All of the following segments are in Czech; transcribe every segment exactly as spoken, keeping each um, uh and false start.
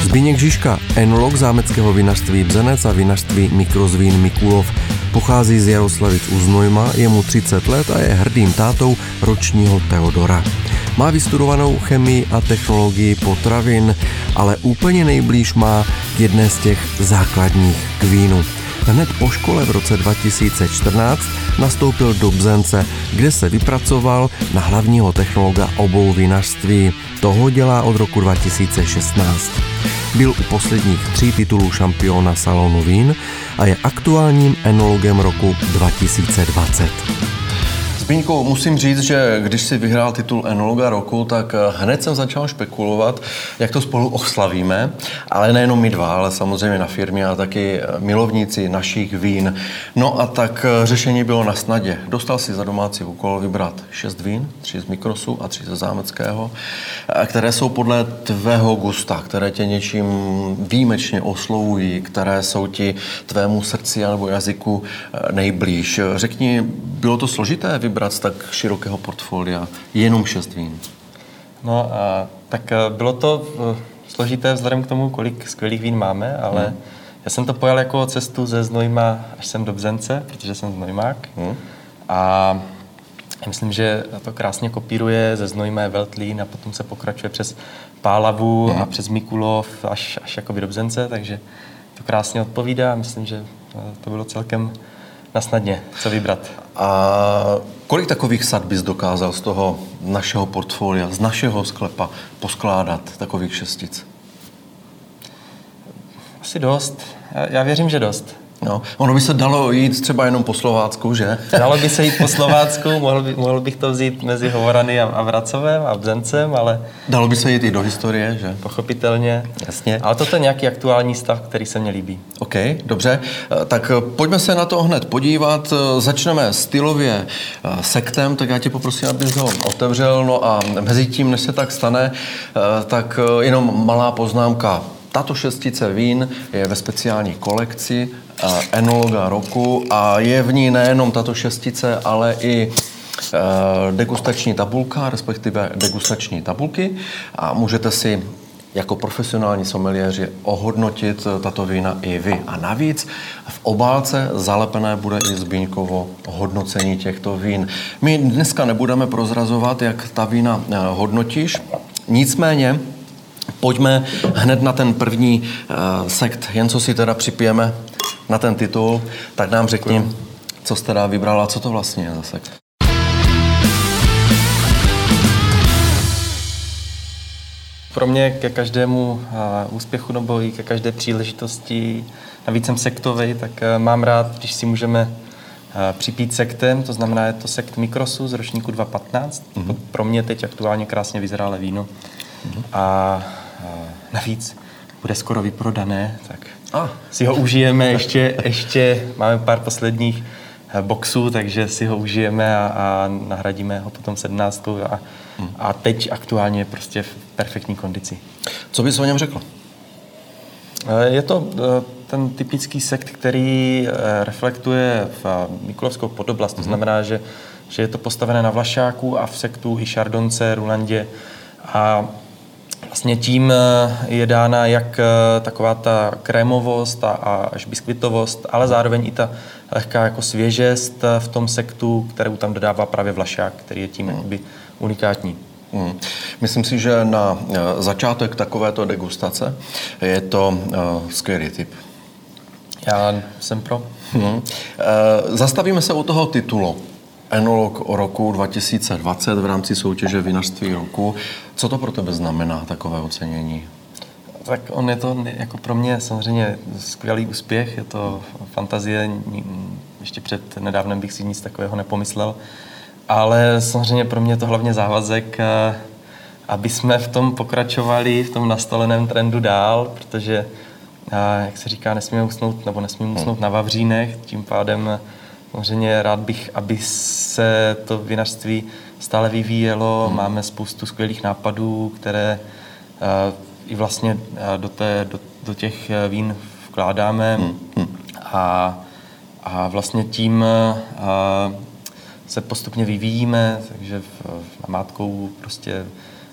Zbyněk Žižka, enolog zámeckého vinařství Bzenec a vinařství Mikrozvín Mikulov. Pochází z Jaroslavic u Znojma, je mu třicet let a je hrdým tátou ročního Teodora. Má vystudovanou chemii a technologii potravin, ale úplně nejblíž má k jedné z těch základních k vínu. Hned po škole v roce dva tisíce čtrnáct nastoupil do Bzence, kde se vypracoval na hlavního technologa obou vinařství. Toho dělá od roku dva tisíce šestnáct. Byl u posledních tří titulů šampiona salonu vín a je aktuálním enologem roku dva tisíce dvacet. Zbyňku, musím říct, že když si vyhrál titul enologa roku, tak hned jsem začal špekulovat, jak to spolu oslavíme, ale nejenom my dva, ale samozřejmě na firmě a taky milovníci našich vín. No a tak řešení bylo na snadě. Dostal si za domácí úkol vybrat šest vín, tři z Mikrosu a tři ze Zámeckého, které jsou podle tvého gusta, které tě něčím výjimečně oslovují, které jsou ti tvému srdci nebo jazyku nejblíž. Řekni, bylo to složité vybrat z tak širokého portfolia jenom šest vín? No, a, tak bylo to složité vzhledem k tomu, kolik skvělých vín máme, ale hmm. já jsem to pojal jako cestu ze Znojma až sem do Bzence, protože jsem Znojmák. Hmm. A myslím, že to krásně kopíruje ze Znojma Veltlín a potom se pokračuje přes Pálavu hmm. a přes Mikulov až, až jakoby do Bzence, takže to krásně odpovídá. Myslím, že to bylo celkem nasnadně, co vybrat. A kolik takových sad bys dokázal z toho našeho portfolia, z našeho sklepa poskládat takových šestic? Asi dost. Já, já věřím, že dost. No, ono by se dalo jít třeba jenom po Slovácku, že? Dalo by se jít po Slovácku, mohl, by, mohl bych to vzít mezi Hovorany a, a Vracovem a Bzencem, ale... Dalo by se jít i do historie, že? Pochopitelně. Jasně. Ale toto je nějaký aktuální stav, který se mně líbí. OK, dobře. Tak pojďme se na to hned podívat. Začneme stylově sektem, tak já tě poprosím, abys ho otevřel. No a mezi tím, než se tak stane, tak jenom malá poznámka. Tato šestice vín je ve speciální kolekci enologa roku a je v ní nejenom tato šestice, ale i degustační tabulka, respektive degustační tabulky a můžete si jako profesionální someliéři ohodnotit tato vína i vy. A navíc v obálce zalepené bude i Zbyňkovo hodnocení těchto vín. My dneska nebudeme prozrazovat, jak ta vína hodnotíš, nicméně pojďme hned na ten první uh, sekt, jen co si teda připijeme na ten titul, tak nám řekni, co jste teda vybral a co to vlastně je za sekt. Pro mě ke každému uh, úspěchu nebo i ke každé příležitosti, navíc jsem sektovej, tak uh, mám rád, když si můžeme uh, připít sektem, to znamená, je to sekt Mikrosu z ročníku dva tisíce patnáct. Mm-hmm. Pro mě teď aktuálně krásně vyzrálé víno. Mm-hmm. A navíc bude skoro vyprodané, tak ah. si ho užijeme, ještě, ještě máme pár posledních boxů, takže si ho užijeme a, a nahradíme ho potom sedmnáctkou a, hmm. a teď aktuálně je prostě v perfektní kondici. Co bys o něm řekl? Je to ten typický sekt, který reflektuje v mikulovskou podoblast, to znamená, že, že je to postavené na vlašáku a v sektu i šardonce, rulandě a vlastně tím je dána jak taková ta krémovost a až biskvitovost, ale zároveň i ta lehká jako svěžest v tom sektu, kterou tam dodává právě vlašák, který je tím mm. jakoby unikátní. Mm. Myslím si, že na začátek takovéto degustace je to uh, skvělý tip. Já jsem pro. Mm. Uh, zastavíme se u toho titulu. Enolog roku dva tisíce dvacet v rámci soutěže Vinařství roku. Co to pro tebe znamená, takové ocenění? Tak on je to jako pro mě samozřejmě skvělý úspěch, je to fantazie, ještě před nedávnem bych si nic takového nepomyslel, ale samozřejmě pro mě je to hlavně závazek, aby jsme v tom pokračovali, v tom nastoleném trendu dál, protože, jak se říká, nesmíme usnout, nebo nesmíme usnout na vavřínech, tím pádem samozřejmě rád bych, aby se to vinařství stále vyvíjelo. Hmm. Máme spoustu skvělých nápadů, které uh, i vlastně uh, do, té, do, do těch vín vkládáme. Hmm. A, a vlastně tím uh, se postupně vyvíjíme, takže v, v namátkou prostě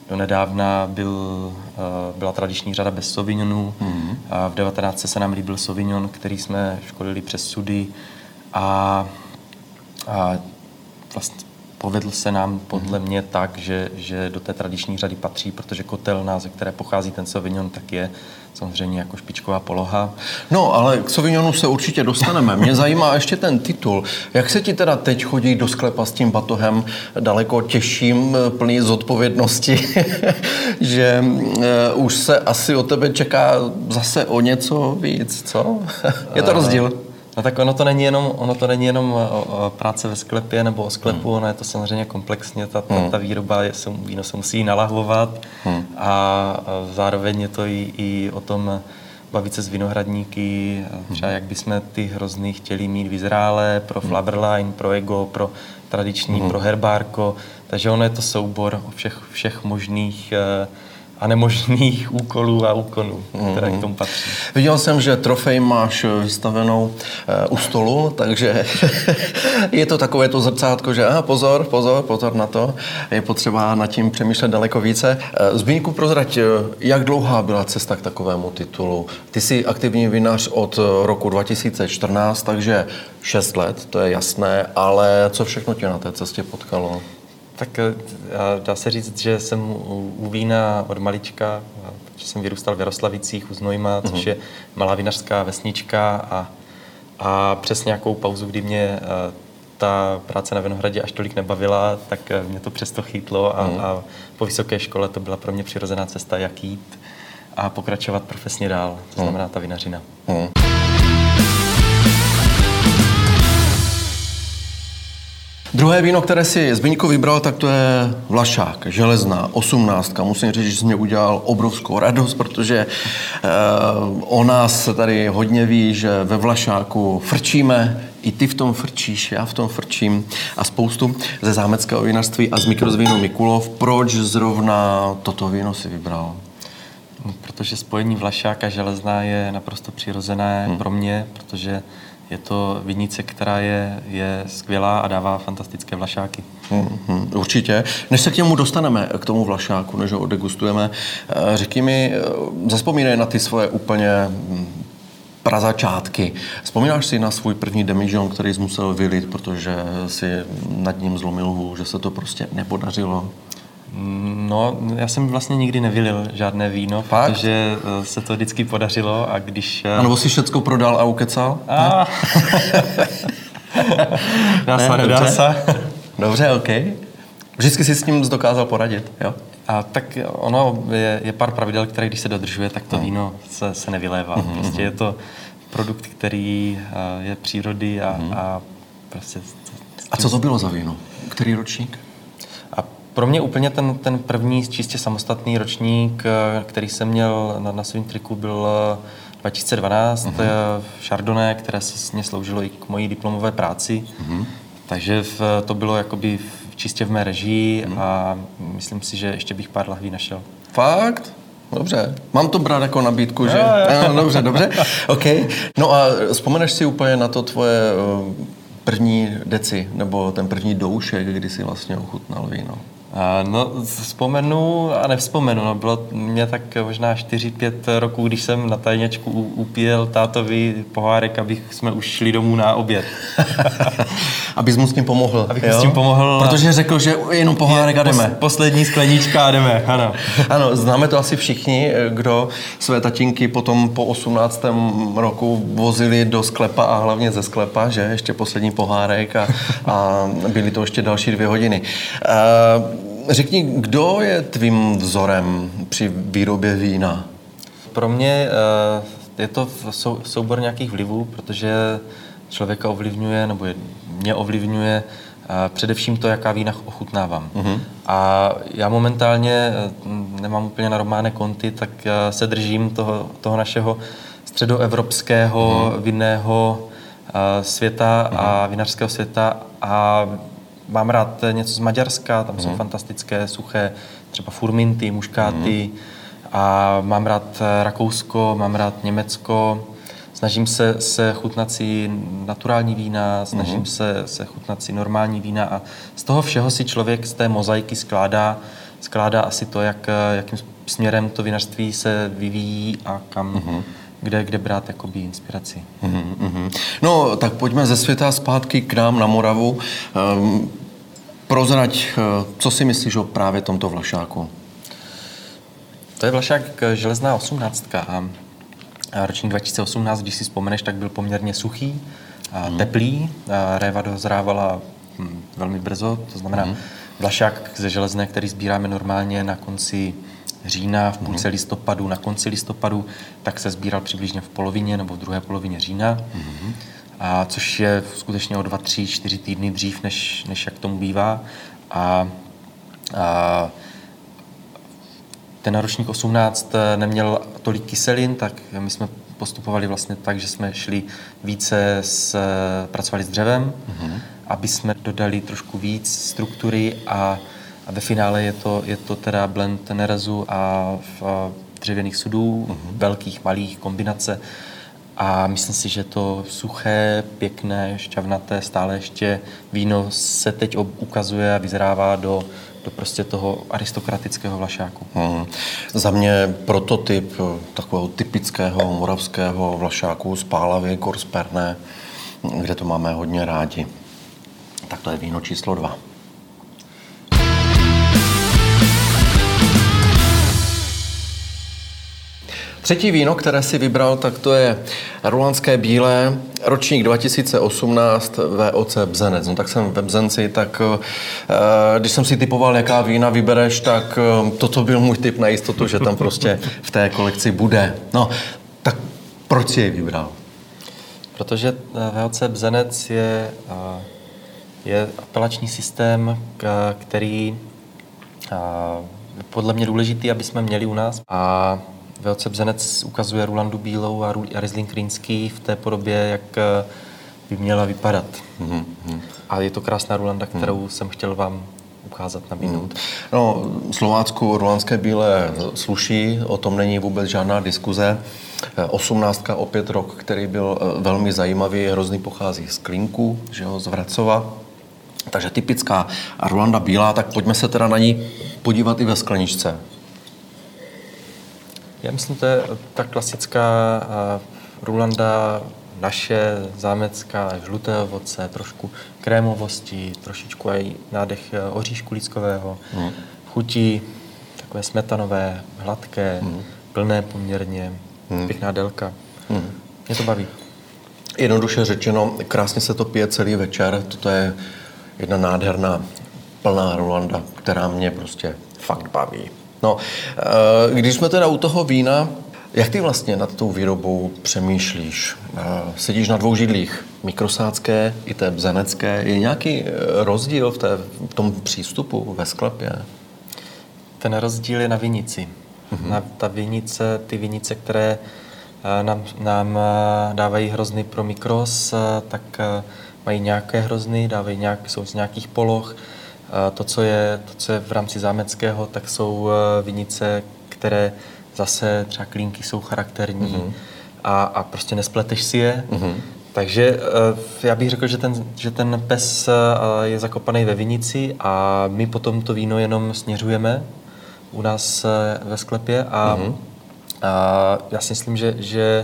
donedávna byl, byla tradiční řada bez Sauvignonů. Mm-hmm. A v devatenáctce se nám líbil Sauvignon, který jsme školili přes sudy a, a vlastně povedl se nám podle mě tak, že, že do té tradiční řady patří, protože kotelna, ze které pochází ten Sauvignon, tak je samozřejmě jako špičková poloha. No, ale k Sauvignonu se určitě dostaneme. Mě zajímá ještě ten titul. Jak se ti teda teď chodí do sklepa s tím batohem daleko těžším, plný zodpovědnosti, že uh, už se asi od tebe čeká zase o něco víc, co? Je to rozdíl? No tak ono to není jenom, ono to není jenom o, o práce ve sklepě nebo o sklepu, hmm. ono je to samozřejmě komplexně, ta, ta, ta výroba, je, se, víno se musí nalahvovat hmm. a, a zároveň je to i, i o tom bavit se s vinohradníky, třeba jak bychom ty hrozny chtěli mít vyzrálé pro Flavorline, pro Ego, pro tradiční, hmm. pro Herbárko, takže ono je to soubor všech, všech možných a nemožných úkolů a úkonů, které k tomu patří. Viděl jsem, že trofej máš vystavenou uh, u stolu, takže je to takové to zrcátko, že aha, pozor, pozor, pozor na to, je potřeba nad tím přemýšlet daleko více. Uh, Zbyňku, prozrať, jak dlouhá byla cesta k takovému titulu? Ty jsi aktivní vinař od roku dva tisíce čtrnáct, takže šest let, to je jasné, ale co všechno tě na té cestě potkalo? Tak dá se říct, že jsem u vína od malička, protože jsem vyrůstal v Jaroslavicích u Znojma, což je malá vinařská vesnička a, a přes nějakou pauzu, kdy mě ta práce na vinohradě až tolik nebavila, tak mě to přesto chytlo a, a po vysoké škole to byla pro mě přirozená cesta, jak jít a pokračovat profesně dál, to znamená ta vinařina. Hmm. Druhé víno, které si Zbyňko vybral, tak to je Vlašák, železná, osmnáctka. Musím říct, že jsi mě udělal obrovskou radost, protože uh, o nás se tady hodně ví, že ve Vlašáku frčíme, i ty v tom frčíš, já v tom frčím a spoustu ze zámeckého vinařství a z mikrozvínu Mikulov. Proč zrovna toto víno si vybral? No, protože spojení Vlašák a železná je naprosto přirozené hmm. pro mě, protože je to vinice, která je, je skvělá a dává fantastické Vlašáky. Hmm, hmm, určitě. Než se k němu dostaneme, k tomu Vlašáku, než ho degustujeme, řekni mi, zazpomínej na ty svoje úplně prazačátky. Vzpomínáš si na svůj první demijohn, který jsi musel vylit, protože si nad ním zlomil hůl, že se to prostě nepodařilo? No, já jsem vlastně nikdy nevylil žádné víno, Fakt? protože se to vždycky podařilo a když... A nebo si všecko prodal a ukecal? A... dá se, nedá se. Dobře, OK. Vždycky si s tím dokázal poradit, jo? A tak ono je, je pár pravidel, které když se dodržuje, tak to hmm. víno se, se nevylévá. Hmm. Prostě je to produkt, který je přírody a, hmm. a prostě... A co to bylo za víno? Který ročník? A pro mě úplně ten, ten první čistě samostatný ročník, který jsem měl na, na svém triku, byl dva tisíce dvanáct, uh-huh. Chardonnay, které se mě sloužilo i k mojí diplomové práci. Uh-huh. Takže v, to bylo jakoby v, čistě v mé režii uh-huh. a myslím si, že ještě bych pár lahví našel. Fakt? Dobře. Mám to brát jako nabídku, že? Jo, jo. No, dobře, dobře. OK. No a vzpomeneš si úplně na to tvoje první deci, nebo ten první doušek, kdy jsi vlastně ochutnal víno? No, vzpomenu a nevzpomenu. No, bylo mě tak možná čtyři pět roků, když jsem na tajněčku upíjel tátovi pohárek, abych jsme už šli domů na oběd. Abys mu s tím pomohl. Abych mu s tím pomohl. Protože řekl, že jenom pohárek a jdeme. Poslední sklenička a jdeme, ano. Ano, známe to asi všichni, kdo své tatínky potom po osmnáctém roku vozili do sklepa a hlavně ze sklepa, že ještě poslední pohárek a, a byly to ještě další dvě hodiny. Uh, Řekni, kdo je tvým vzorem při výrobě vína? Pro mě je to soubor nějakých vlivů, protože člověka ovlivňuje, nebo mě ovlivňuje především to, jaká vína ochutnávám. Uh-huh. A já momentálně nemám úplně narovnané konty, tak se držím toho, toho našeho středoevropského uh-huh. vinného světa uh-huh. a vinařského světa a mám rád něco z Maďarska, tam mm. jsou fantastické, suché, třeba furminty, muškáty. Mm. A mám rád Rakousko, mám rád Německo. Snažím se, se chutnat si naturální vína, snažím mm. se, se chutnat si normální vína a z toho všeho si člověk z té mozaiky skládá skládá asi to, jak, jakým směrem to vinařství se vyvíjí a kam, mm-hmm. kde, kde brát jakoby inspiraci. Mm-hmm. No, tak pojďme ze světa zpátky k nám na Moravu. Um, prozrať, co si myslíš o právě tomto vlašáku? To je vlašák železná osmnáctka a ročník dva tisíce osmnáct, když si vzpomeneš, tak byl poměrně suchý, a mm. teplý. A réva dozrávala hm, velmi brzo, to znamená mm. vlašák ze železné, který sbíráme normálně na konci října, v půlce mm. listopadu, na konci listopadu, tak se sbíral přibližně v polovině nebo v druhé polovině října. Mm. A což je skutečně o dva, tři, čtyři týdny dřív, než, než jak tomu bývá. A, a ten ročník osmnáct neměl tolik kyselin, tak my jsme postupovali vlastně tak, že jsme šli více s, pracovali s dřevem, mm-hmm. aby jsme dodali trošku víc struktury a, a ve finále je to, je to teda blend nerezu a v, dřevěných sudů, mm-hmm. velkých, malých, kombinace. A myslím si, že to suché, pěkné, šťavnaté, stále ještě víno se teď ukazuje a vyzrává do, do prostě toho aristokratického vlašáku. Hmm. Za mě prototyp takového typického moravského vlašáku z Pálavy, Korsperné, kde to máme hodně rádi. Tak to je víno číslo dva. Třetí víno, které si vybral, tak to je Rulanské bílé, ročník dva tisíce osmnáct, V O C Bzenec. No tak jsem ve Bzenci, tak když jsem si typoval, jaká vína vybereš, tak toto byl můj tip na jistotu, že tam prostě v té kolekci bude. No, tak proč si jej vybral? Protože V O C Bzenec je, je apelační systém, který je podle mě důležitý, aby jsme měli u nás. A V O C Bzenec ukazuje Rulandu bílou a Riesling rýnský v té podobě, jak by měla vypadat. Mm-hmm. A je to krásná Rulanda, kterou mm. jsem chtěl vám ukázat, nabídnout. Mm. No, Slovácku Rulanské bílé sluší, o tom není vůbec žádná diskuze. Osmnáctka, opět rok, který byl velmi zajímavý, hrozný, pochází z Klínku, že jo, z Vracova. Takže typická Rulanda bílá, tak pojďme se teda na ní podívat i ve skleničce. Já myslím, to je ta klasická uh, Rulanda naše, zámecká, žluté ovoce, trošku krémovosti, trošičku i nádech oříšku lískového, mm. chutí takové smetanové, hladké, mm. plné poměrně, mm. pěkná délka. Mm. Mě to baví. Jednoduše řečeno, krásně se to pije celý večer. Toto je jedna nádherná, plná Rulanda, která mě prostě fakt baví. No, když jsme teda u toho vína, jak ty vlastně nad tou výrobou přemýšlíš? Sedíš na dvou židlích, mikrosádské i té bzenecké. Je nějaký rozdíl v, té, v tom přístupu ve sklepě? Ten rozdíl je na vinici. Mm-hmm. Na ta vinice, ty vinice, které nám, nám dávají hrozny pro mikros, tak mají nějaké hrozny, dávají nějak, jsou z nějakých poloh. To co, je, to, co je v rámci zámeckého, tak jsou vinice, které zase třeba klínky jsou charakterní mm-hmm. a, a prostě nespleteš si je. Mm-hmm. Takže já bych řekl, že ten, že ten pes je zakopaný ve vinici a my potom to víno jenom směřujeme u nás ve sklepě a, mm-hmm. a já si myslím, že, že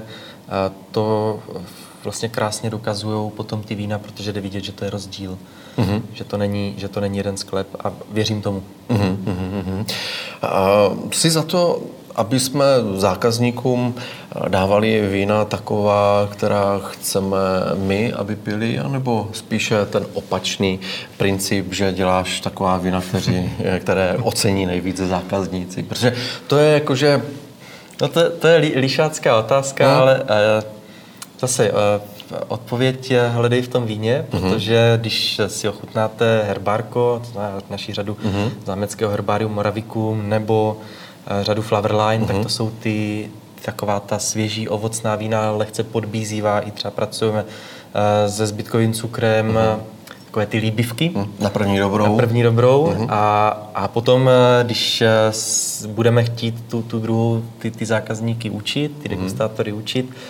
to vlastně krásně dokazují potom ty vína, protože jde vidět, že to je rozdíl. Mm-hmm. Že to není, že to není jeden sklep a věřím tomu. Mm-hmm, mm-hmm. A jsi za to, aby jsme zákazníkům dávali vína taková, která chceme my, aby pili, anebo spíše ten opačný princip, že děláš taková vína, kteří, které ocení nejvíce zákazníci? Protože to je jakože... No to, to je lišácká otázka, mm. ale uh, zase... Uh, Odpověď hledej v tom víně, protože když si ochutnáte herbárko, to znamená naší řadu uh-huh. zámeckého herbárium Moravicum nebo řadu Flavorline, uh-huh. tak to jsou ty taková ta svěží ovocná vína, lehce podbízivá, i třeba pracujeme se zbytkovým cukrem, uh-huh. takové ty líbivky. Uh-huh. Na první dobrou. Na první dobrou. Uh-huh. A, a potom, když budeme chtít tu, tu druhou, ty, ty zákazníky učit, ty degustátory uh-huh. učit,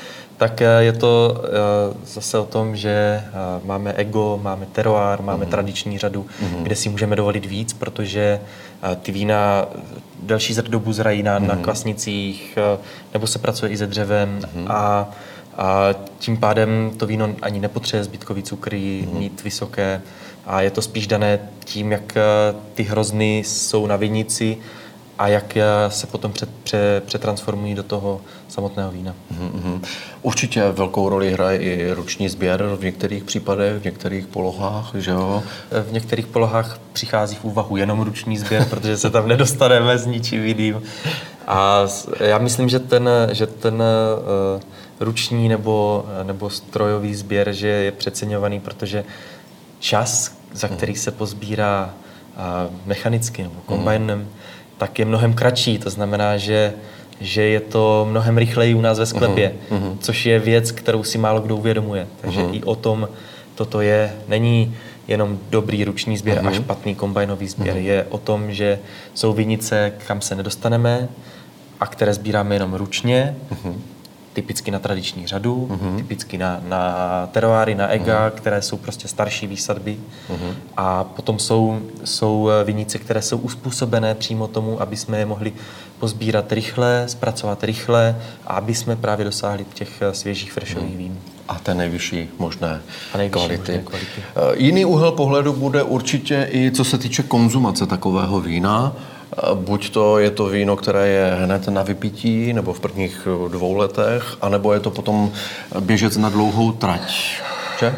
Tak je to zase o tom, že máme ego, máme terroir, máme mm-hmm. tradiční řadu, mm-hmm. kde si můžeme dovolit víc, protože ty vína delší dobu zrají na, mm-hmm. na kvasnicích, nebo se pracuje i se dřevem mm-hmm. a, a tím pádem to víno ani nepotřebuje zbytkový cukry, mm-hmm. mít vysoké a je to spíš dané tím, jak ty hrozny jsou na vinici a jak se potom před, pře, přetransformují do toho samotného vína. Mm-hmm. Určitě velkou roli hraje i ruční sběr v některých případech, v některých polohách, že jo? V některých polohách přichází v úvahu jenom ruční sběr, protože se tam nedostaneme s ničím jiným. A já myslím, že ten, že ten uh, ruční nebo, nebo strojový sběr, že je přeceňovaný, protože čas, za který se pozbírá uh, mechanicky nebo kombajnem, mm. tak je mnohem kratší. To znamená, že, že je to mnohem rychleji u nás ve sklepě, mm. což je věc, kterou si málo kdo uvědomuje. Takže mm. i o tom toto je. Není jenom dobrý ruční sběr mm. a špatný kombajnový sběr. Mm. Je o tom, že jsou vinice, kam se nedostaneme a které sbíráme jenom ručně, mm. typicky na tradiční řadu, mm-hmm. typicky na, na teroáry, na ega, mm-hmm. které jsou prostě starší výsadby. Mm-hmm. A potom jsou, jsou vinice, které jsou uspůsobené přímo tomu, aby jsme je mohli pozbírat rychle, zpracovat rychle a aby jsme právě dosáhli těch svěžích freshových mm. vín. A té nejvyšší možné a nejvyšší kvality. Možné kvality. Jiný úhel pohledu bude určitě i co se týče konzumace takového vína. Buď to je to víno, které je hned na vypití, nebo v prvních dvou letech, anebo je to potom běžec na dlouhou trať, že?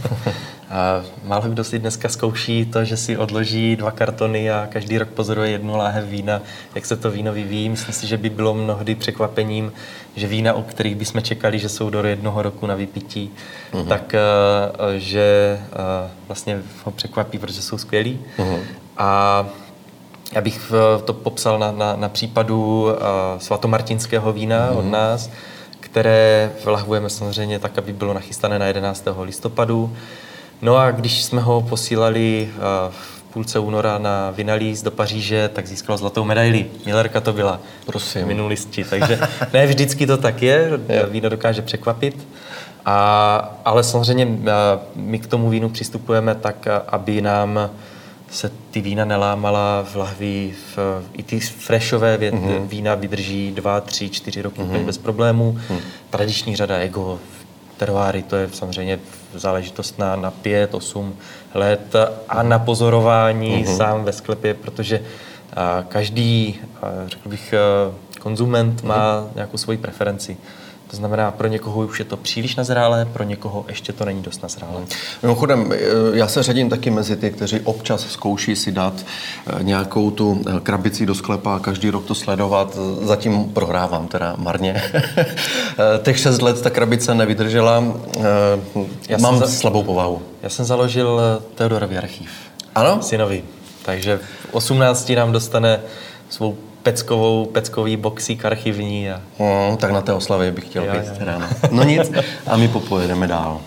A málo kdo si dneska zkouší to, že si odloží dva kartony a každý rok pozoruje jednu láhev vína, jak se to víno vyvíjí. Myslím si, že by bylo mnohdy překvapením, že vína, o kterých bychom čekali, že jsou do jednoho roku na vypití, uh-huh. tak že vlastně ho překvapí, protože jsou skvělí. Uh-huh. A já bych to popsal na, na, na případu uh, svatomartinského vína mm. od nás, které lahvujeme samozřejmě tak, aby bylo nachystané na jedenáctého listopadu. No a když jsme ho posílali uh, v půlce února na Vinalís do Paříže, tak získalo zlatou medaili. Millerka to byla. Prosím. Minulisti. Takže ne vždycky to tak je. Víno dokáže překvapit. A, ale samozřejmě uh, my k tomu vínu přistupujeme tak, aby nám se ty vína nelámala v lahvi, v, i ty freshové vě, mm-hmm. vína vydrží dva, tři, čtyři roky mm-hmm. bez problémů. Mm. Tradiční řada ego, teroáry, to je samozřejmě záležitost na, na pět, osm let a na pozorování mm-hmm. sám ve sklepě, protože a, každý, a, řekl bych, a, konzument mm-hmm. má nějakou svoji preferenci. To znamená, pro někoho už je to příliš nazrálé, pro někoho ještě to není dost nazrálé. Mimochodem, já se řadím taky mezi ty, kteří občas zkouší si dát nějakou tu krabici do sklepa a každý rok to sledovat. Zatím prohrávám teda marně. Těch šest let ta krabice nevydržela. Já Mám za... slabou povahu. Já jsem založil Teodorovi archiv. Ano? Synovi. Takže v osmnácti nám dostane svou peckovou, peckový boxík archivní. A... Hmm, tak na té oslavě bych chtěl být ráno. No nic, a my popojedeme dál.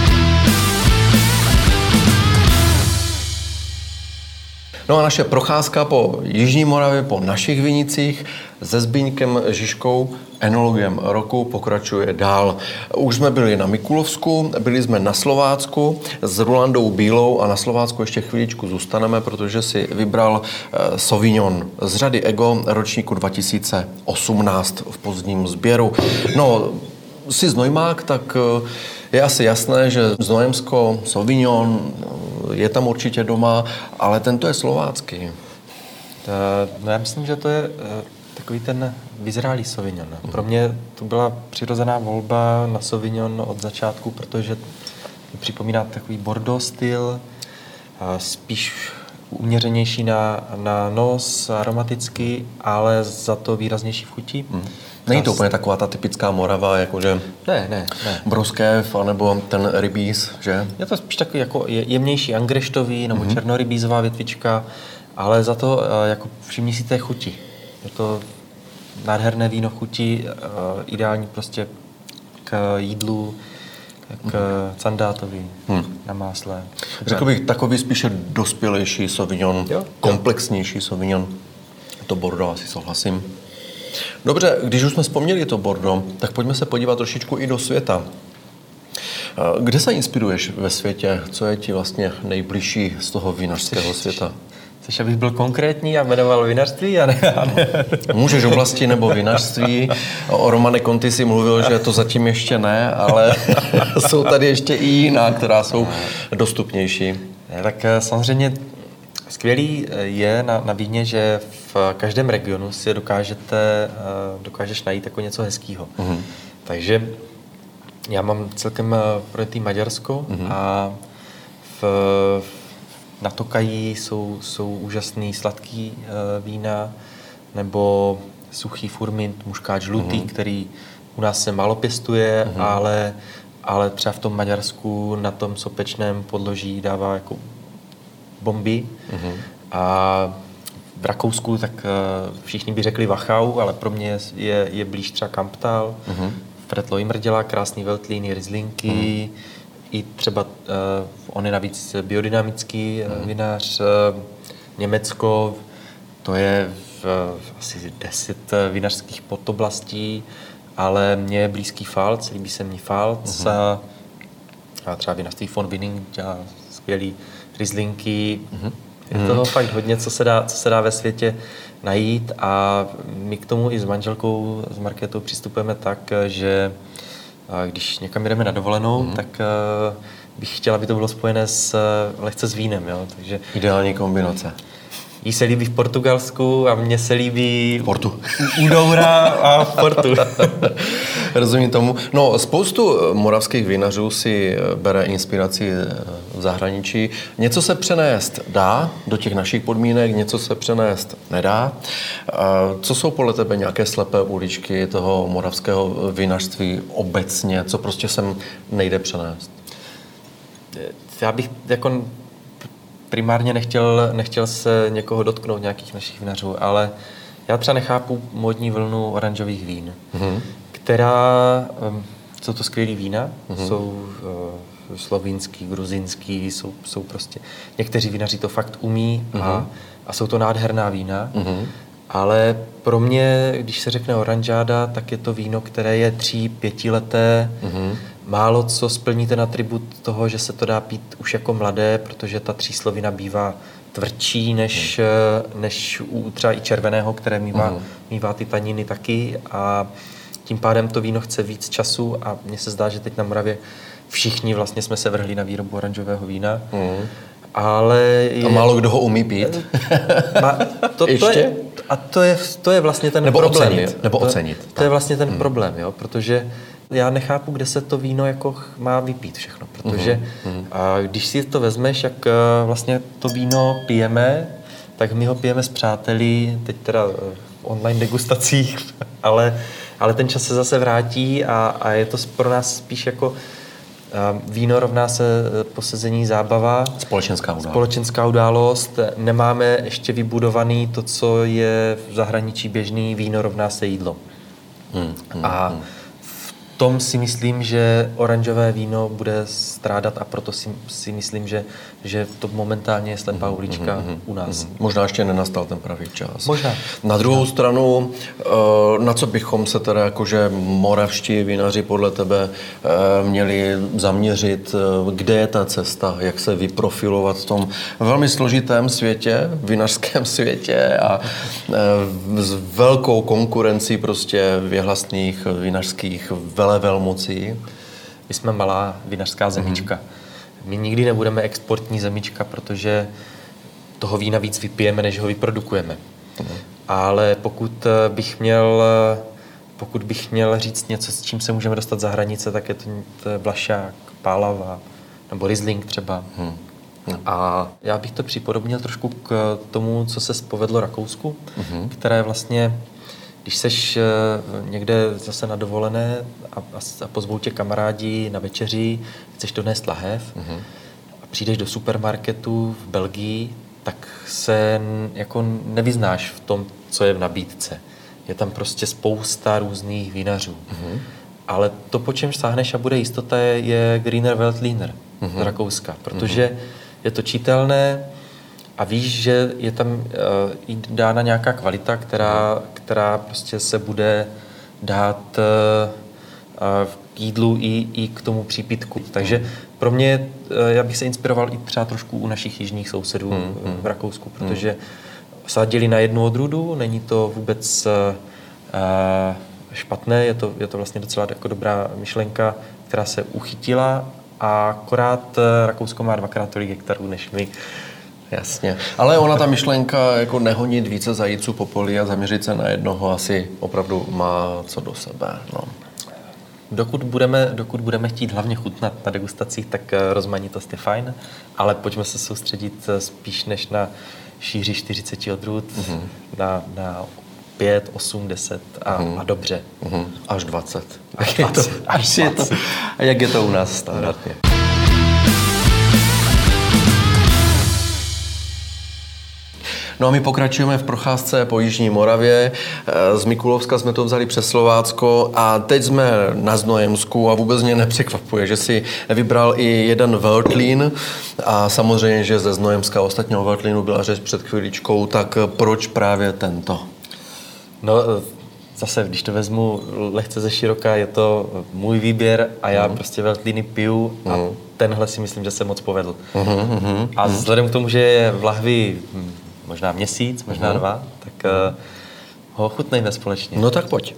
No a naše procházka po Jižní Moravě, po našich vinicích se Zbyňkem Žižkou, enologem roku, pokračuje dál. Už jsme byli na Mikulovsku, byli jsme na Slovácku s Rolandou Bílou a na Slovácku ještě chvíličku zůstaneme, protože si vybral Sauvignon z řady Ego ročníku dva tisíce osmnáct v pozdním sběru. No, jsi znojmák, tak je asi jasné, že Znojemsko, Sauvignon je tam určitě doma, ale tento je slovácký. No, já myslím, že to je takový ten vyzrálý Sauvignon. Pro mě to byla přirozená volba na Sauvignon od začátku, protože mi připomíná takový Bordeaux styl, spíš uměřenější na, na nos, aromaticky, ale za to výraznější v chuti. Hmm. Není to úplně taková ta typická Morava, jakože ne, ne, ne. broskev, anebo ten rybíz, že? Je to spíš takový jako jemnější angreštový nebo mm-hmm. černorybízová větvička, ale za to jako všimni si té chuti. Je to nádherné víno chuti, ideální prostě k jídlu, k candátovi hmm. na másle. Řekl bych takový spíše dospělejší Sauvignon, jo? komplexnější Sauvignon. To Bordeaux asi souhlasím. Dobře, když už jsme vzpomněli to Bordeaux, tak pojďme se podívat trošičku i do světa. Kde se inspiruješ ve světě? Co je ti vlastně nejbližší z toho vinařského světa? Chceš, abych byl konkrétní a jmenoval vinařství? A ne, a ne. Můžeš oblasti nebo vinařství. O Romane Conti si mluvil, že to zatím ještě ne, ale jsou tady ještě i jiná, která jsou dostupnější. Tak samozřejmě skvělý je na, na víně, že v každém regionu si dokážete, dokážeš najít jako něco hezkýho. Mm-hmm. Takže já mám celkem projetý Maďarsko mm-hmm. a v, na Tokaji jsou, jsou úžasný sladký uh, vína, nebo suchý furmint, muškáč žlutý, mm-hmm. který u nás se málo pěstuje, mm-hmm. ale, ale třeba v tom Maďarsku na tom sopečném podloží dává jako bomby. Mm-hmm. A v Rakousku tak uh, všichni by řekli Wachau, ale pro mě je, je blíž třeba Kamptal. Mm-hmm. Fredlo Imrděla, krásný veltlíny, Rieslinky, mm. i třeba, uh, on je navíc biodynamický mm. vinař, uh, Německo, to je v, v asi deset vinařských podoblastí, ale mně je blízký Pfalz, líbí se mi Pfalz, mm. a, a třeba vinařství von Winning dělá skvělý Rieslinky. Mm. Je toho fakt hodně, co se dá, co se dá ve světě najít a my k tomu i s manželkou, s Markétou přistupujeme tak, že když někam jdeme na dovolenou, mm. tak bych chtěla, aby to bylo spojené s, lehce s vínem. Jo? Takže ideální kombinace. Jí se líbí v Portugalsku a mně se líbí v Portu. U Doura a v Portu. Rozumím tomu. No, spoustu moravských vinařů si bere inspiraci v zahraničí. Něco se přenést dá do těch našich podmínek, něco se přenést nedá. Co jsou podle tebe nějaké slepé uličky toho moravského vinařství obecně? Co prostě sem nejde přenést? Já bych jako primárně nechtěl, nechtěl se někoho dotknout, nějakých našich vinařů, ale já třeba nechápu módní vlnu oranžových vín, mm-hmm. která, jsou to skvělý vína, mm-hmm. jsou uh, slovinský, gruzínský, jsou, jsou prostě, někteří vinaři to fakt umí mm-hmm. a, a jsou to nádherná vína, mm-hmm. ale pro mě, když se řekne oranžáda, tak je to víno, které je tří, pětileté, mm-hmm. málo co splní ten atribut toho, že se to dá pít už jako mladé, protože ta tříslovina bývá tvrdší než, mm. než u třeba i červeného, které mívá, mm. mívá ty taniny taky a tím pádem to víno chce víc času a mně se zdá, že teď na Moravě všichni vlastně jsme se vrhli na výrobu oranžového vína. Mm. Ale je... A málo kdo ho umí pít? Ma, to, to je, a to je, to je vlastně ten nebo problém. Ocenit, nebo to, ocenit. To, to je vlastně ten hmm. problém, jo, protože já nechápu, kde se to víno jako má vypít všechno, protože hmm. a když si to vezmeš, jak vlastně to víno pijeme, tak my ho pijeme s přáteli, teď teda v online degustacích, ale, ale ten čas se zase vrátí a, a je to pro nás spíš jako víno rovná se posezení zábava. Společenská událost. Společenská událost. Nemáme ještě vybudovaný to, co je v zahraničí běžný, víno rovná se jídlo. Hmm, hmm, a hmm. v tom si myslím, že oranžové víno bude strádat a proto si, si myslím, že, že to momentálně je slepá hmm, ulička hmm, hmm, u nás. Hmm. Možná ještě nenastal ten pravý čas. Možná. Na druhou Možná. stranu, na co bychom se teda jakože moravští vinaři podle tebe měli zaměřit, kde je ta cesta, jak se vyprofilovat v tom velmi složitém světě, vinařském světě a s velkou konkurencí prostě věhlasných vinařských velevelmocí. My jsme malá vinařská zemička. Mm-hmm. My nikdy nebudeme exportní zemička, protože toho vína víc vypijeme, než ho vyprodukujeme. Mm-hmm. Ale pokud bych měl, pokud bych měl říct něco, s čím se můžeme dostat za hranice, tak je to, to je Vlašák, Pálava nebo Riesling třeba. Mm-hmm. A já bych to připodobnil trošku k tomu, co se povedlo Rakousku, mm-hmm. které vlastně, když seš někde zase na dovolené a, a pozvou tě kamarádi na večeři, chceš donést lahev mm-hmm. a přijdeš do supermarketu v Belgii, tak se jako nevyznáš v tom, co je v nabídce. Je tam prostě spousta různých vinařů. Mm-hmm. Ale to, po čem sáhneš a bude jistota, je Grüner Veltliner mm-hmm. z Rakouska, protože mm-hmm. je to čitelné a víš, že je tam uh, dána nějaká kvalita, která, která prostě se bude dát k jídlu i, i k tomu přípitku. Takže pro mě, já bych se inspiroval i třeba trošku u našich jižních sousedů hmm, hmm. v Rakousku, protože hmm. sadili na jednu odrůdu, není to vůbec uh, špatné, je to, je to vlastně docela jako dobrá myšlenka, která se uchytila, a akorát Rakousko má dvakrát tolik hektarů než my. Jasně. Ale ona ta myšlenka jako nehonit více zajíců po poli a zaměřit se na jednoho asi opravdu má co do sebe. No. Dokud budeme, dokud budeme chtít hlavně chutnat na degustacích, tak rozmanitost je fajn, ale pojďme se soustředit spíš než na šíři čtyřicet odrůd, mm-hmm. na, na pět, osm, deset a, mm-hmm. a dobře. Mm-hmm. Až dvacet. Až je to, až je to, a jak je to u nás standardně. No a my pokračujeme v procházce po Jižní Moravě. Z Mikulovska jsme to vzali přes Slovácko a teď jsme na Znojemsku a vůbec mě nepřekvapuje, že si vybral i jeden Veltlín a samozřejmě, že ze Znojemska ostatního Veltlínu byla řeč před chvíličkou, tak proč právě tento? No zase, když to vezmu lehce ze široka, je to můj výběr a já mm. prostě Veltlíny piju a mm. tenhle si myslím, že se moc povedl. Mm, mm, a vzhledem k tomu, že je v lahvi možná měsíc, možná mm. dva, tak uh, ho chutnejme společně. No tak pojď.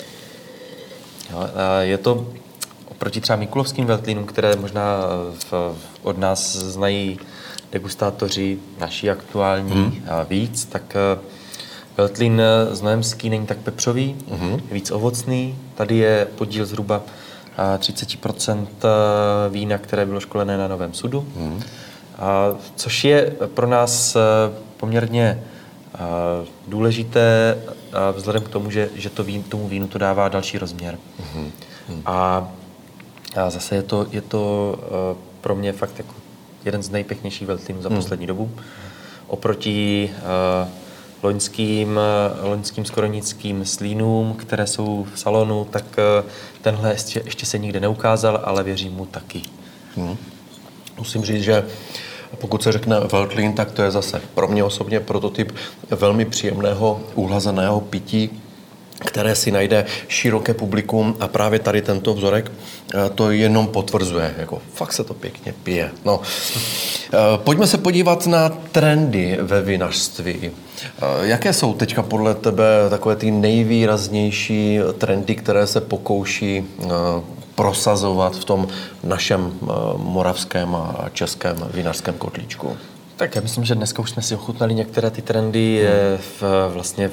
Jo, uh, je to oproti třeba Mikulovským Veltlínům, které možná v, od nás znají degustátoři naši aktuální mm. a víc, tak uh, Veltlín znojemský není tak pepřový, mm. je víc ovocný. Tady je podíl zhruba uh, třicet procent vína, které bylo školené na Novém Sudu. Mm. A což je pro nás uh, poměrně uh, důležité uh, vzhledem k tomu, že, že to vín, tomu vínu to dává další rozměr. Mm-hmm. A, a zase je to, je to uh, pro mě fakt jako jeden z nejpěknějších Veltlínů za mm. poslední dobu. Oproti uh, loňským, uh, loňským skoronickým slínům, které jsou v salonu, tak uh, tenhle ještě, ještě se nikde neukázal, ale věřím mu taky. Mm. Musím říct, že pokud se řekne Veltlín, tak to je zase pro mě osobně prototyp velmi příjemného uhlazeného pití, které si najde široké publikum a právě tady tento vzorek to jenom potvrzuje. Jako, fakt se to pěkně pije. No. Pojďme se podívat na trendy ve vinařství. Jaké jsou teďka podle tebe takové ty nejvýraznější trendy, které se pokouší prosazovat v tom našem moravském a českém vinařském kotlíčku? Tak já myslím, že dneska už jsme si ochutnali některé ty trendy. Hmm. V, vlastně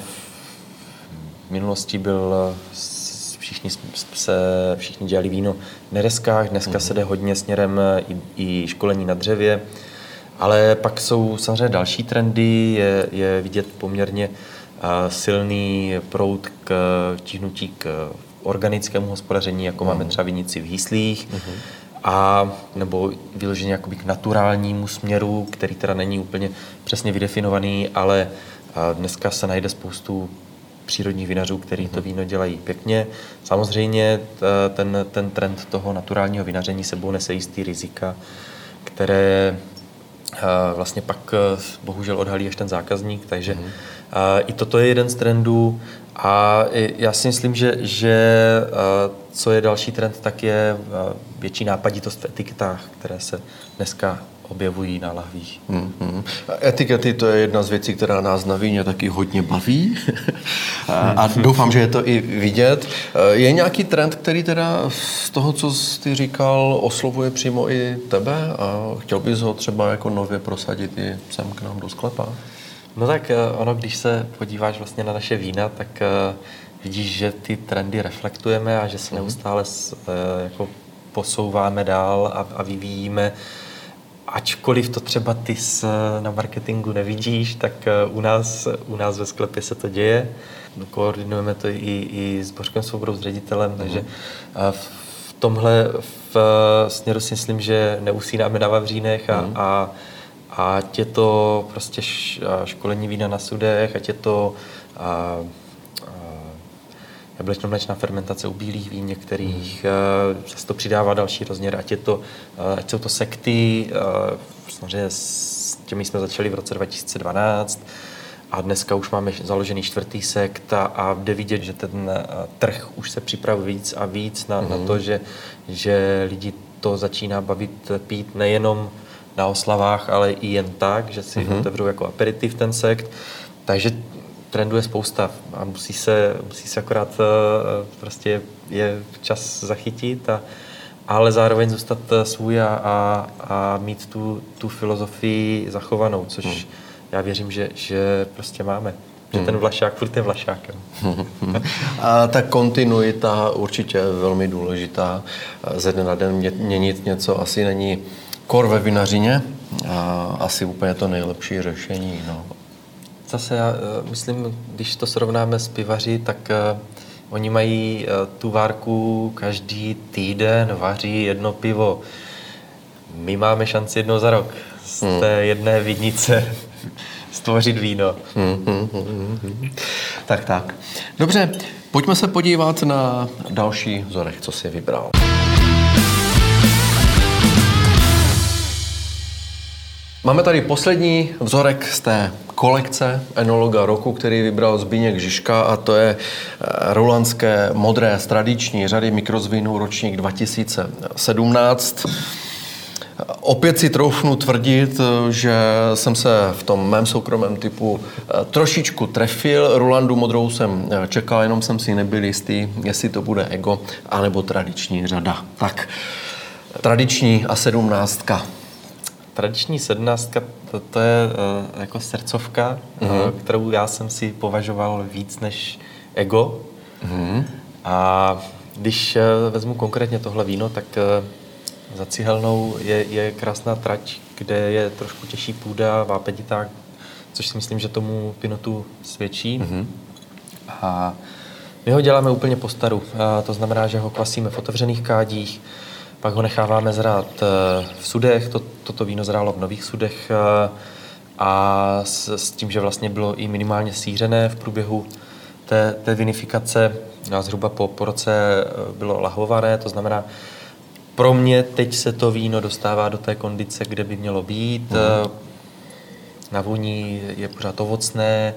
v minulosti byl všichni, se, všichni dělali víno v nerezkách, dneska hmm. se jde hodně směrem i, i školení na dřevě, ale pak jsou samozřejmě další trendy, je, je vidět poměrně silný proud k tíhnutí k organickému hospodaření, jako mm. máme třeba vinici v Hýslích, mm. a nebo vyloženě jakoby k naturálnímu směru, který teda není úplně přesně vydefinovaný, ale dneska se najde spoustu přírodních vinařů, který to víno dělají pěkně. Samozřejmě ten, ten trend toho naturálního vinaření sebou nese jistý rizika, které vlastně pak bohužel odhalí až ten zákazník, takže mm. i toto je jeden z trendů. A já si myslím, že, že co je další trend, tak je větší nápaditost v etiketách, které se dneska objevují na lahvích. Mm-hmm. Etikety, to je jedna z věcí, která nás na víně taky hodně baví. A doufám, že je to i vidět. Je nějaký trend, který teda z toho, co jsi ty říkal, oslovuje přímo i tebe a chtěl bys ho třeba jako nově prosadit i sem k nám do sklepa? No tak ono, když se podíváš vlastně na naše vína, tak uh, vidíš, že ty trendy reflektujeme a že se neustále s, uh, jako posouváme dál a, a vyvíjíme. Ačkoliv to třeba ty s, na marketingu nevidíš, tak uh, u nás, u nás ve sklepě se to děje. Koordinujeme to i, i s Bořkem Svobodou, s ředitelem, mm. takže uh, v tomhle v, uh, směru si myslím, že neusínáme na vavřínech a, mm. a ať je to prostě školení vína na sudech, ať je to jablečno-mléčná fermentace u bílých vín některých, mm. zase to přidává další rozměr, ať je to, ať jsou to sekty, samozřejmě s těmi jsme začali v roce dva tisíce dvanáct, A dneska už máme založený čtvrtý sekt a, a jde vidět, že ten trh už se připravuje víc a víc na, mm. na to, že, že lidi to začíná bavit pít nejenom na oslavách, ale i jen tak, že si mm. otevřou jako aperitiv ten sekt. Takže trenduje spousta a musí se, musí se akorát prostě je čas zachytit, a, ale zároveň zůstat svůj a, a, a mít tu, tu filozofii zachovanou, což mm. já věřím, že, že prostě máme. Že ten vlašák furt je vlašákem. A ta kontinuita určitě je velmi důležitá. Ze dne na den měnit něco asi není kor ve vinařině. A asi úplně to nejlepší řešení. No. Zase já myslím, když to srovnáme s pivaři, tak uh, oni mají uh, tu várku každý týden, vaří jedno pivo. My máme šanci jednou za rok z hmm. té jedné vidnice stvořit víno. Hmm, hmm, hmm, hmm. Tak, tak. Dobře, pojďme se podívat na další vzorek, co jsi vybral. Máme tady poslední vzorek z té kolekce enologa roku, který vybral Zbigněk Žižka, a to je rulandské modré z tradiční řady mikrozvínů ročník dva tisíce sedmnáct. Opět si troufnu tvrdit, že jsem se v tom mém soukromém typu trošičku trefil. Rulandu modrou jsem čekal, jenom jsem si nebyl jistý, jestli to bude Ego, anebo tradiční řada. Tak, tradiční a sedmnáctka. Tradiční sedmnáctka, to, to je uh, jako srdcovka, mm-hmm. uh, kterou já jsem si považoval víc než Ego. Mm-hmm. A když uh, vezmu konkrétně tohle víno, tak uh, za Cihelnou je, je krásná trať, kde je trošku těžší půda, vápeniták, což si myslím, že tomu pinotu svědčí. Mm-hmm. A my ho děláme úplně po staru. A to znamená, že ho kvasíme v otevřených kádích, pak ho necháváme zrát v sudech. To, toto víno zrálo v nových sudech a s, s tím, že vlastně bylo i minimálně sířené v průběhu té, té vinifikace. A zhruba po, po roce bylo lahvované, to znamená, pro mě teď se to víno dostává do té kondice, kde by mělo být. Mm. Na vůni je pořád ovocné,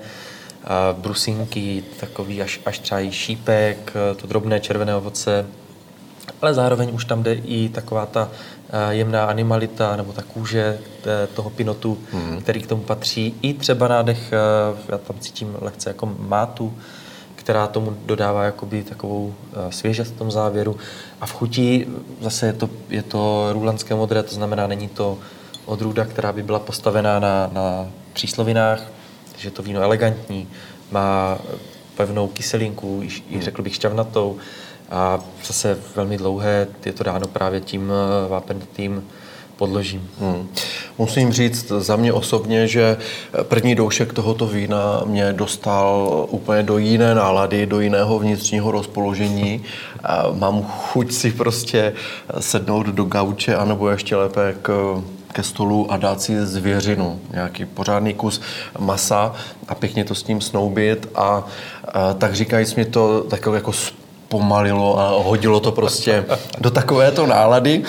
brusinky, takový až, až třeba i šípek, to drobné červené ovoce, ale zároveň už tam jde i taková ta jemná animalita nebo ta kůže toho pinotu, mm. který k tomu patří. I třeba nádech, já tam cítím lehce jako mátu, která tomu dodává jakoby takovou svěžest v tom závěru. A v chuti zase je to, je to rulandské modré, to znamená, není to odrůda, která by byla postavená na, na příslovinách, takže je to víno elegantní, má pevnou kyselinku, i řekl bych šťavnatou, a zase velmi dlouhé, je to dáno právě tím vápenitým podložím. Hmm. Musím říct za mě osobně, že první doušek tohoto vína mě dostal úplně do jiné nálady, do jiného vnitřního rozpoložení. A mám chuť si prostě sednout do gauče, anebo ještě lépe k, ke stolu a dát si zvěřinu, nějaký pořádný kus masa a pěkně to s ním snoubit. A, a tak říkajíc mi to takové jako pomalilo a hodilo to prostě do takovéto nálady,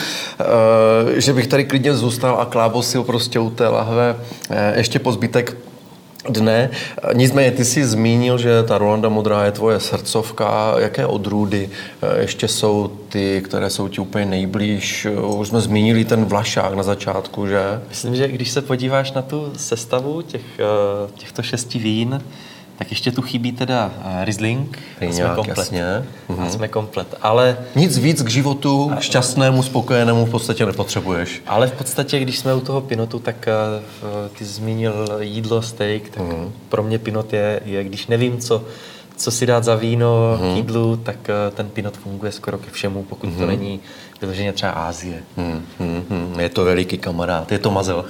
že bych tady klidně zůstal a klábosil prostě u té lahve ještě po zbytek dne. Nicméně ty jsi zmínil, že ta Rulanda modrá je tvoje srdcovka. Jaké odrůdy ještě jsou ty, které jsou ti úplně nejblíž? Už jsme zmínili ten vlašák na začátku, že? Myslím, že když se podíváš na tu sestavu těch, těchto šesti vín, tak ještě tu chybí teda Riesling. Jsme komplet. Jasně. Mhm. A jsme komplet. Ale nic víc k životu, k šťastnému, spokojenému v podstatě nepotřebuješ. Ale v podstatě, když jsme u toho pinotu, tak uh, ty zmínil jídlo, steak, tak mhm. pro mě pinot je, je, když nevím, co, co si dát za víno mhm. k jídlu, tak uh, ten pinot funguje skoro ke všemu, pokud mhm. to není vyloženě třeba Asie. Hmm, hmm, hmm. Je to veliký kamarád, je to mazel.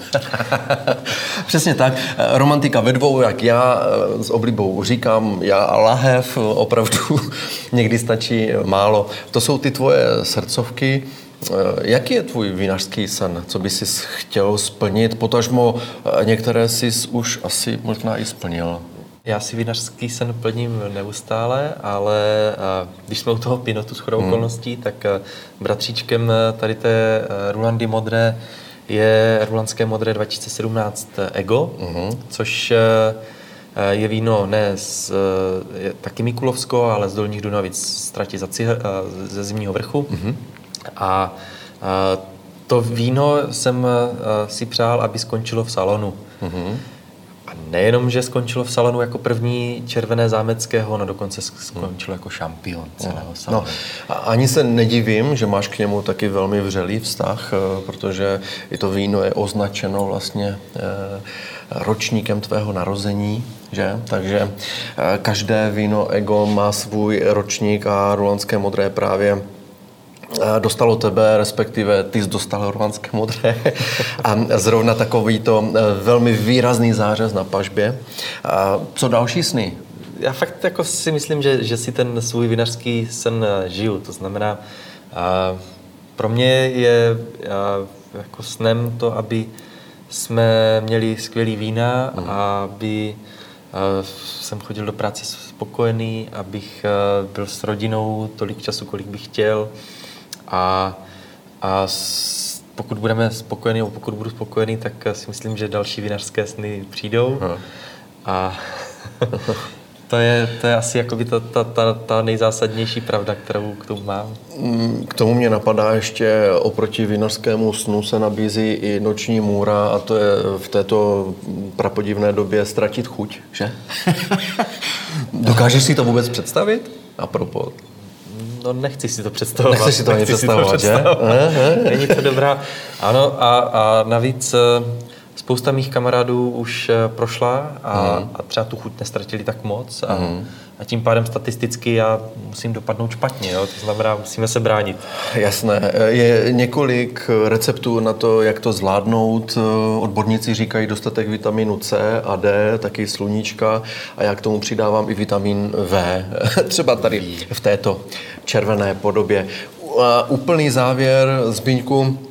Přesně tak. Romantika ve dvou, jak já s oblibou říkám, já a lahev, opravdu někdy stačí málo. To jsou ty tvoje srdcovky. Jaký je tvůj vinařský sen? Co by jsi chtěl splnit? Potažmo některé jsi už asi možná i splnil. Já si vinařský sen plním neustále, ale když jsme u toho pinotu shodou hmm. okolností, tak bratříčkem tady té Rulandy modré je rulandské modré dva tisíce sedmnáct Ego, hmm. což je víno ne z, je taky Mikulovsko, ale z Dolních Dunavic z trati za Cihl, ze Zimního vrchu. Mm-hmm. A, a to víno jsem si přál, aby skončilo v salonu. Mm-hmm. A nejenom, že skončilo v salonu jako první červené zámeckého, no dokonce skončilo jako šampion celého salonu. No, a ani se nedivím, že máš k němu taky velmi vřelý vztah, protože i to víno je označeno vlastně ročníkem tvého narození, že? Takže každé víno Ego má svůj ročník a Rulanské modré právě dostalo tebe, respektive ty jsi dostal Rulanské modré a zrovna takový to velmi výrazný zářez na pažbě. A co další sny? Já fakt jako si myslím, že, že si ten svůj vinařský sen žiju. To znamená, a pro mě je a, jako snem to, aby jsme měli skvělý vína, mm. aby a, jsem chodil do práce spokojený, abych a, byl s rodinou tolik času, kolik bych chtěl. A, a s, pokud budeme spokojení, nebo pokud budu spokojený, tak si myslím, že další vinařské sny přijdou. Hmm. A to je, to je asi jakoby ta, ta, ta, ta nejzásadnější pravda, kterou k tomu mám. K tomu mě napadá ještě oproti vinařskému snu se nabízí i noční můra a to je v této prapodivné době ztratit chuť, že? Dokážeš si to vůbec představit? Apropos. No nechci si to představovat. Nechci si to ani představovat, že? Není to dobrá. Ano a, a navíc spousta mých kamarádů už prošla a, mm. a třeba tu chuť nestratili tak moc a, mm. a tím pádem statisticky já musím dopadnout špatně, jo? To znamená, musíme se bránit. Jasné. Je několik receptů na to, jak to zvládnout. Odborníci říkají dostatek vitamínu C a D, taky sluníčka a já k tomu přidávám i vitamin V, třeba tady v této červené podobě. A úplný závěr, Zbyňku,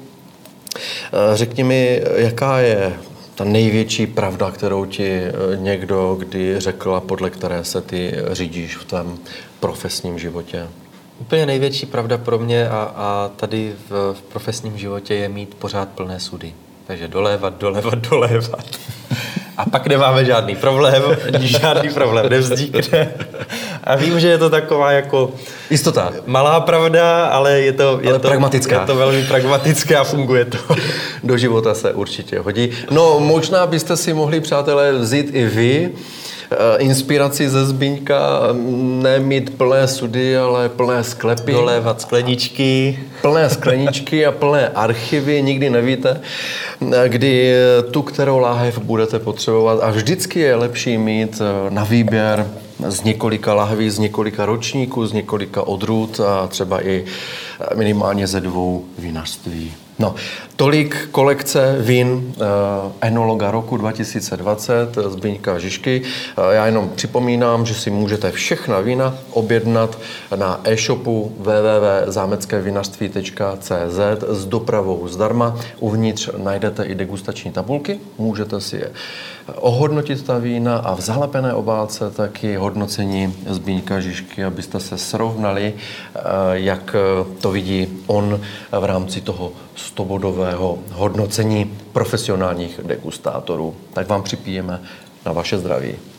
řekni mi, jaká je ta největší pravda, kterou ti někdo kdy řekl a podle které se ty řídíš v tom profesním životě? Úplně největší pravda pro mě a, a tady v, v profesním životě je mít pořád plné sudy. Takže dolévat, dolévat, dolévat. A pak nemáme žádný problém, žádný problém nevznikne. A vím, že je to taková jako jistota. Malá pravda, ale je to, je ale to, pragmatická. Je to velmi pragmatické a funguje to. Do života se určitě hodí. No, možná byste si mohli, přátelé, vzít i vy inspiraci ze Zbyňka, nemít plné sudy, ale plné sklepy. Dolévat skleničky. Plné skleničky a plné archivy, nikdy nevíte, kdy tu, kterou láhev budete potřebovat. A vždycky je lepší mít na výběr z několika lahví, z několika ročníků, z několika odrůd a třeba i minimálně ze dvou vinařství. No, tolik kolekce vín uh, enologa roku dva tisíce dvacet Zbyňka Žižky. Uh, já jenom připomínám, že si můžete všechna vína objednat na e-shopu w w w tečka zámecké vinařství tečka c z s dopravou zdarma. Uvnitř najdete i degustační tabulky, můžete si je ohodnotit ta vína a v zalepené obálce taky hodnocení Zbyňka Žižky, abyste se srovnali, uh, jak to vidí on v rámci toho stobodového hodnocení profesionálních degustátorů. Tak vám připijeme na vaše zdraví.